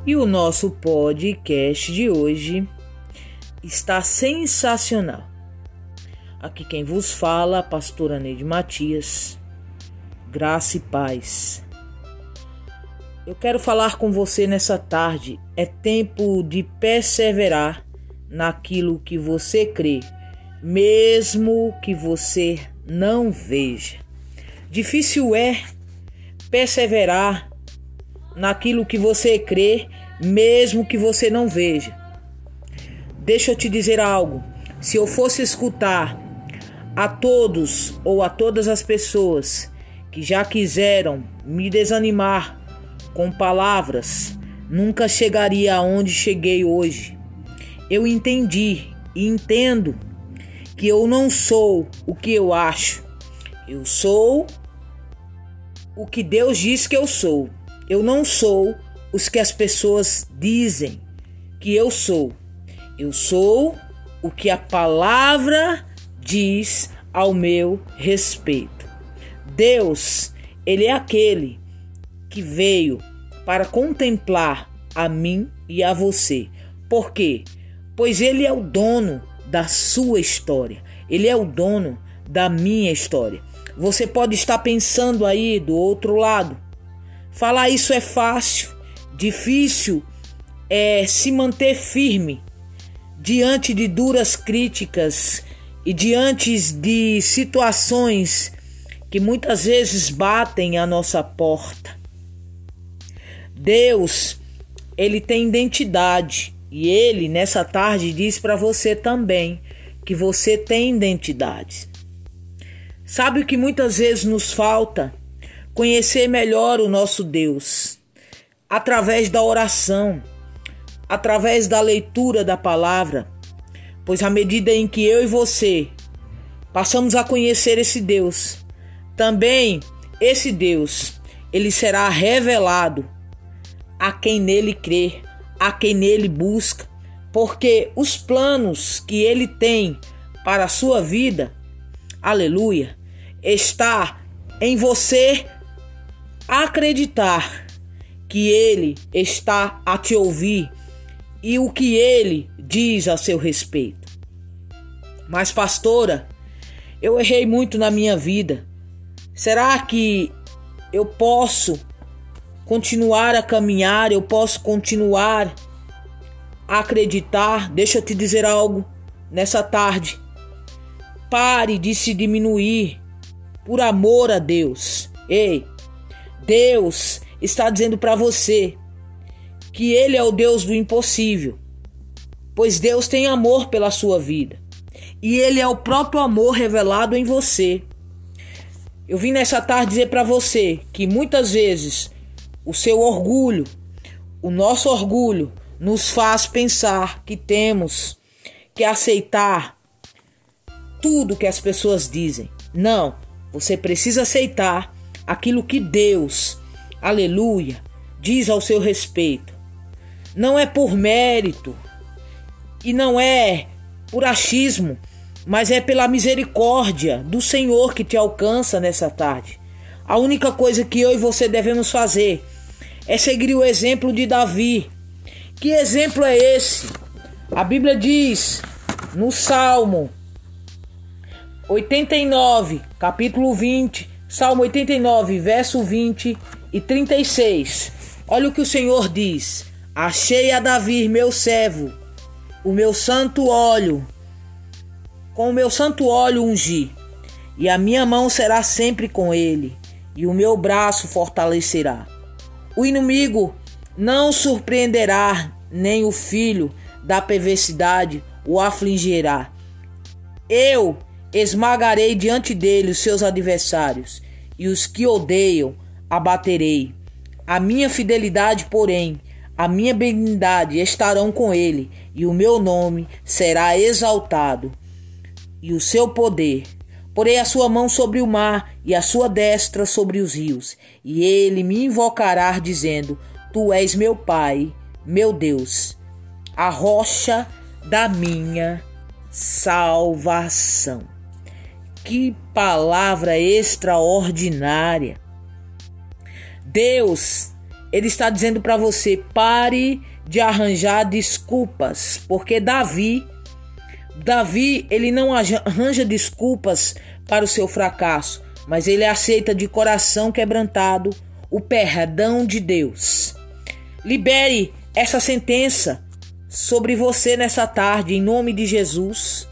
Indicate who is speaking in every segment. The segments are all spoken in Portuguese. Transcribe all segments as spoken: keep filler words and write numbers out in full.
Speaker 1: E o nosso podcast de hoje está sensacional. Aqui quem vos fala, a pastora Neide Matias, graça e paz. Eu quero falar com você nessa tarde. É tempo de perseverar naquilo que você crê, mesmo que você não veja. Difícil é perseverar naquilo que você crê, mesmo que você não veja. Deixa eu te dizer algo. Se eu fosse escutar a todos ou a todas as pessoas que já quiseram me desanimar com palavras, nunca chegaria aonde cheguei hoje. Eu entendi e entendo que eu não sou o que eu acho. Eu sou o que Deus diz que eu sou. Eu não sou os que as pessoas dizem que eu sou. Eu sou o que a palavra diz ao meu respeito. Deus, Ele é aquele que veio para contemplar a mim e a você. Por quê? Pois Ele é o dono da sua história. Ele é o dono da minha história. Você pode estar pensando aí do outro lado. Falar isso é fácil, difícil é se manter firme diante de duras críticas e diante de situações que muitas vezes batem à nossa porta. Deus, Ele tem identidade e Ele nessa tarde diz para você também que você tem identidade. Sabe o que muitas vezes nos falta? Conhecer melhor o nosso Deus, através da oração, através da leitura da palavra, pois à medida em que eu e você passamos a conhecer esse Deus, também esse Deus, ele será revelado a quem nele crê, a quem nele busca, porque os planos que ele tem para a sua vida, aleluia, está em você acreditar que Ele está a te ouvir e o que Ele diz a seu respeito. Mas pastora, eu errei muito na minha vida. Será que eu posso continuar a caminhar? Eu posso continuar a acreditar? Deixa eu te dizer algo nessa tarde. Pare de se diminuir por amor a Deus. Ei, Deus está dizendo para você que Ele é o Deus do impossível, pois Deus tem amor pela sua vida e Ele é o próprio amor revelado em você. Eu vim nessa tarde dizer para você que muitas vezes o seu orgulho, o nosso orgulho, nos faz pensar que temos que aceitar tudo que as pessoas dizem. Não, você precisa aceitar aquilo que Deus, aleluia, diz ao seu respeito. Não é por mérito e não é por achismo, mas é pela misericórdia do Senhor que te alcança nessa tarde. A única coisa que eu e você devemos fazer é seguir o exemplo de Davi. Que exemplo é esse? A Bíblia diz no Salmo oitenta e nove, capítulo vinte, Salmo oitenta e nove, verso vinte e trinta e seis. Olha o que o Senhor diz: achei a Davi, meu servo, o meu santo óleo, com o meu santo óleo ungi, e a minha mão será sempre com ele, e o meu braço fortalecerá. O inimigo não surpreenderá, nem o filho da perversidade o afligirá. Eu esmagarei diante dele os seus adversários, e os que odeiam abaterei. A minha fidelidade, porém, a minha benignidade estarão com ele, e o meu nome será exaltado, e o seu poder. Porei a sua mão sobre o mar, e a sua destra sobre os rios, e ele me invocará, dizendo: Tu és meu Pai, meu Deus, a rocha da minha salvação. Que palavra extraordinária! Deus, Ele está dizendo para você, pare de arranjar desculpas, porque Davi, Davi, ele não arranja desculpas para o seu fracasso, mas ele aceita de coração quebrantado o perdão de Deus. Libere essa sentença sobre você nessa tarde, em nome de Jesus.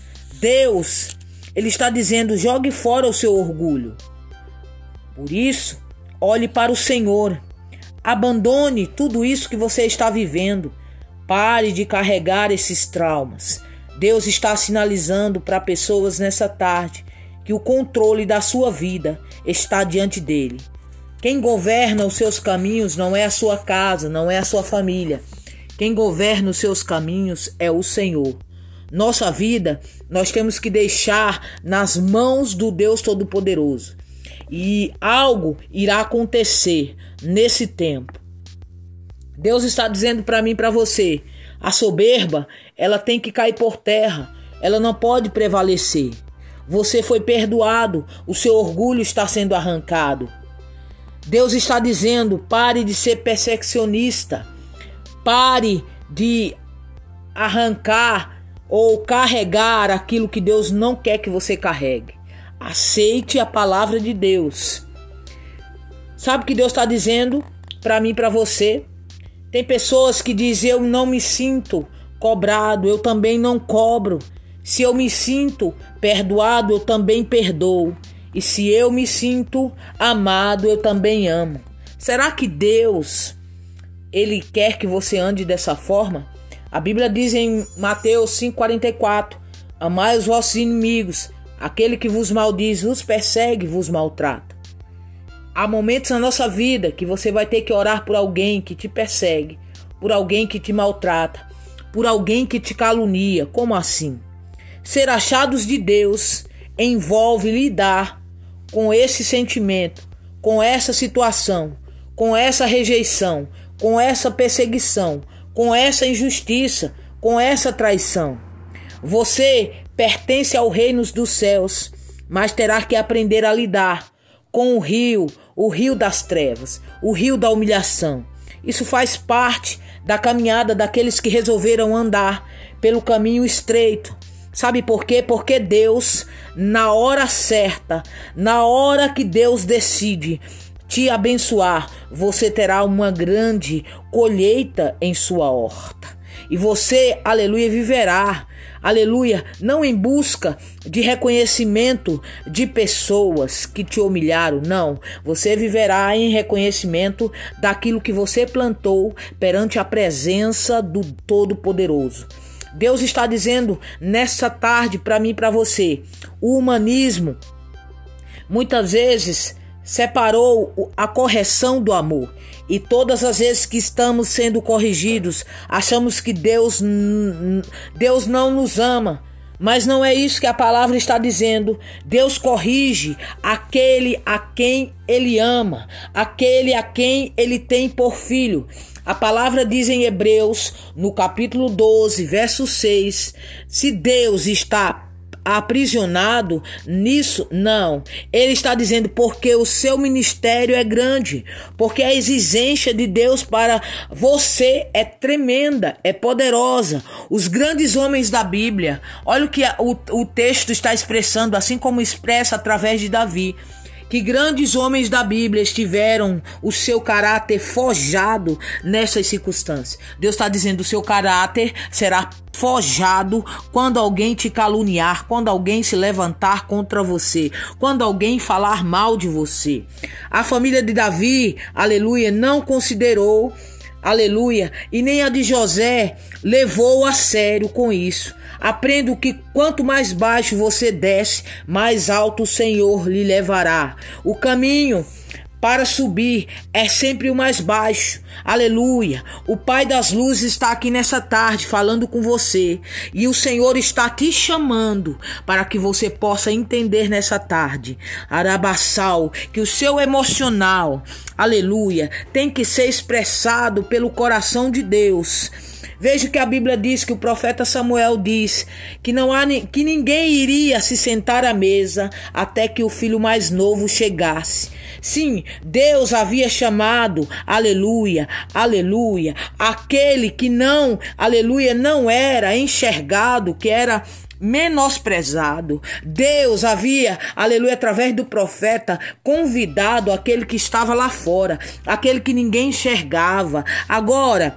Speaker 1: Deus, ele está dizendo, jogue fora o seu orgulho. Por isso, olhe para o Senhor. Abandone tudo isso que você está vivendo. Pare de carregar esses traumas. Deus está sinalizando para pessoas nessa tarde que o controle da sua vida está diante dele. Quem governa os seus caminhos não é a sua casa, não é a sua família. Quem governa os seus caminhos é o Senhor. Nossa vida, nós temos que deixar nas mãos do Deus Todo-Poderoso. E algo irá acontecer nesse tempo. Deus está dizendo para mim e para você, a soberba, ela tem que cair por terra, ela não pode prevalecer. Você foi perdoado, o seu orgulho está sendo arrancado. Deus está dizendo, pare de ser perfeccionista, pare de arrancar ou carregar aquilo que Deus não quer que você carregue. Aceite a palavra de Deus. Sabe o que Deus está dizendo para mim e para você? Tem pessoas que dizem, eu não me sinto cobrado, eu também não cobro. Se eu me sinto perdoado, eu também perdoo. E se eu me sinto amado, eu também amo. Será que Deus, ele quer que você ande dessa forma? A Bíblia diz em Mateus cinco, quarenta e quatro, amai os vossos inimigos, aquele que vos maldiz, vos persegue, vos maltrata. Há momentos na nossa vida que você vai ter que orar por alguém que te persegue, por alguém que te maltrata, por alguém que te calunia. Como assim? Ser achados de Deus envolve lidar com esse sentimento, com essa situação, com essa rejeição, com essa perseguição, com essa injustiça, com essa traição. Você pertence ao reino dos céus, mas terá que aprender a lidar com o rio, o rio das trevas, o rio da humilhação. Isso faz parte da caminhada daqueles que resolveram andar pelo caminho estreito. Sabe por quê? Porque Deus, na hora certa, na hora que Deus decide te abençoar, você terá uma grande colheita em sua horta. E você, aleluia, viverá, aleluia, não em busca de reconhecimento de pessoas que te humilharam, não. Você viverá em reconhecimento daquilo que você plantou perante a presença do Todo-Poderoso. Deus está dizendo nessa tarde para mim e para você, o humanismo muitas vezes separou a correção do amor. E todas as vezes que estamos sendo corrigidos, achamos que Deus, Deus não nos ama. Mas não é isso que a palavra está dizendo. Deus corrige aquele a quem Ele ama, aquele a quem Ele tem por filho. A palavra diz em Hebreus, no capítulo doze, verso seis, se Deus está aprisionado nisso, não. Ele está dizendo porque o seu ministério é grande, porque a exigência de Deus para você é tremenda, é poderosa. Os grandes homens da Bíblia, olha o que o, o texto está expressando, assim como expressa através de Davi, que grandes homens da Bíblia tiveram o seu caráter forjado nessas circunstâncias. Deus está dizendo, o seu caráter será forjado quando alguém te caluniar, quando alguém se levantar contra você, quando alguém falar mal de você. A família de Davi, aleluia, não considerou, aleluia, e nem a de José levou a sério com isso. Aprenda que quanto mais baixo você desce, mais alto o Senhor lhe levará. O caminho para subir é sempre o mais baixo. Aleluia. O Pai das Luzes está aqui nessa tarde falando com você. E o Senhor está te chamando para que você possa entender nessa tarde. Arabaçal, que o seu emocional, aleluia, tem que ser expressado pelo coração de Deus. Veja que a Bíblia diz, que o profeta Samuel diz que não há que ninguém iria se sentar à mesa até que o filho mais novo chegasse. Sim, Deus havia chamado, aleluia, aleluia, aquele que não, aleluia, não era enxergado, que era menosprezado. Deus havia, aleluia, através do profeta, convidado aquele que estava lá fora, aquele que ninguém enxergava. Agora,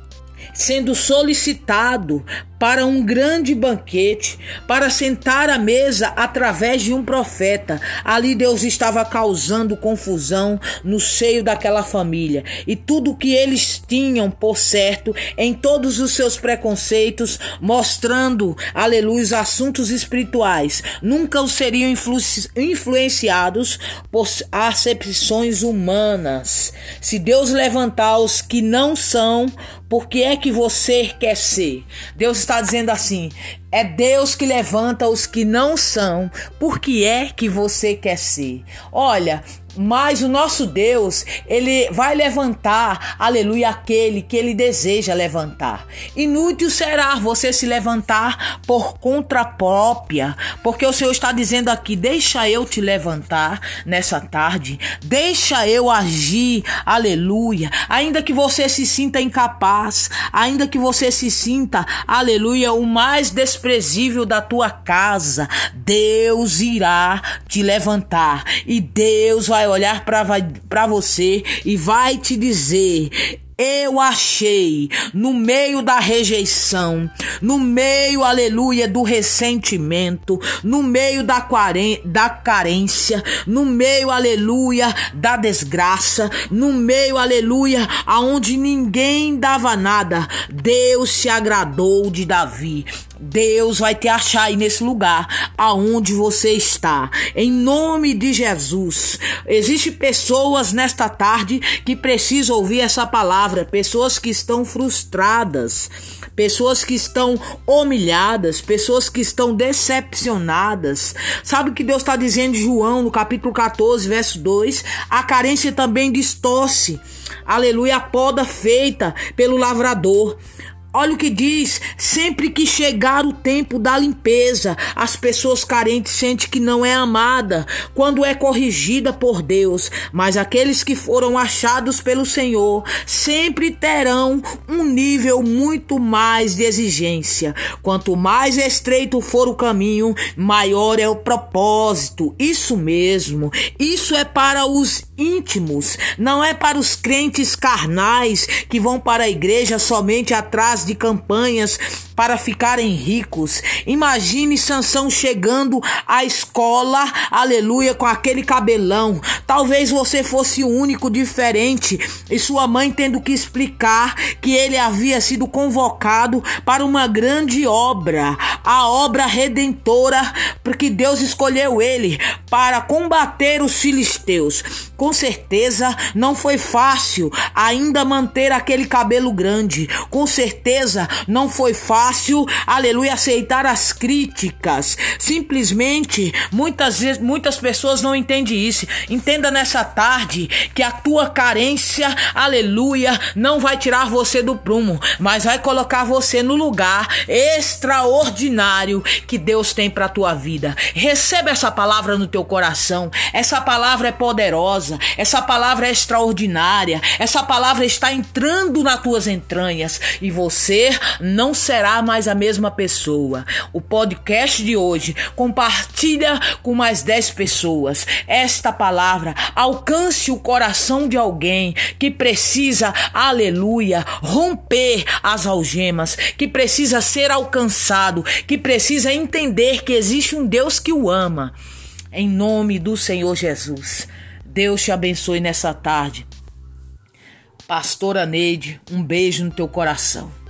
Speaker 1: sendo solicitado para um grande banquete, para sentar à mesa através de um profeta. Ali Deus estava causando confusão no seio daquela família. E tudo que eles tinham por certo, em todos os seus preconceitos, mostrando, aleluia, os assuntos espirituais, nunca os seriam influ- influenciados por acepções humanas. Se Deus levantar os que não são, por que é que você quer ser? Deus está dizendo assim: é Deus que levanta os que não são. Por que é que você quer ser? Olha, mas o nosso Deus, ele vai levantar, aleluia, aquele que ele deseja levantar. Inútil será você se levantar por conta própria, porque o Senhor está dizendo aqui: deixa eu te levantar nessa tarde, deixa eu agir, aleluia. Ainda que você se sinta incapaz, ainda que você se sinta, aleluia, o mais desprezível da tua casa, Deus irá te levantar e Deus vai olhar para você e vai te dizer: eu achei no meio da rejeição, no meio, aleluia, do ressentimento, no meio da, quaren- da carência, no meio, aleluia, da desgraça, no meio, aleluia, aonde ninguém dava nada, Deus se agradou de Davi. Deus vai te achar aí nesse lugar aonde você está, em nome de Jesus. Existem pessoas nesta tarde que precisam ouvir essa palavra, pessoas que estão frustradas, pessoas que estão humilhadas, pessoas que estão decepcionadas. Sabe o que Deus está dizendo em João, no capítulo catorze, verso dois? A carência também distorce, aleluia, a poda feita pelo lavrador. Olha o que diz: sempre que chegar o tempo da limpeza, as pessoas carentes sentem que não é amada quando é corrigida por Deus, mas aqueles que foram achados pelo Senhor sempre terão um nível muito mais de exigência. Quanto mais estreito for o caminho, maior é o propósito. Isso mesmo, isso é para os íntimos, não é para os crentes carnais que vão para a igreja somente atrás de campanhas para ficarem ricos. Imagine Sansão chegando à escola, aleluia, com aquele cabelão. Talvez você fosse o único diferente e sua mãe tendo que explicar que ele havia sido convocado para uma grande obra, a obra redentora, porque Deus escolheu ele para combater os filisteus. Com certeza não foi fácil ainda manter aquele cabelo grande. Com certeza não foi fácil, aleluia, aceitar as críticas. Simplesmente, muitas vezes, muitas pessoas não entendem isso. Entenda nessa tarde que a tua carência, aleluia, não vai tirar você do prumo, mas vai colocar você no lugar extraordinário que Deus tem para a tua vida. Recebe essa palavra no teu coração. Essa palavra é poderosa, essa palavra é extraordinária, essa palavra está entrando nas tuas entranhas e você não será mais a mesma pessoa. O podcast de hoje, compartilha com mais dez pessoas. Esta palavra alcance o coração de alguém que precisa, aleluia, romper as algemas, que precisa ser alcançado, que precisa entender que existe um Deus que o ama. Em nome do Senhor Jesus. Deus te abençoe nessa tarde. Pastora Neide, um beijo no teu coração.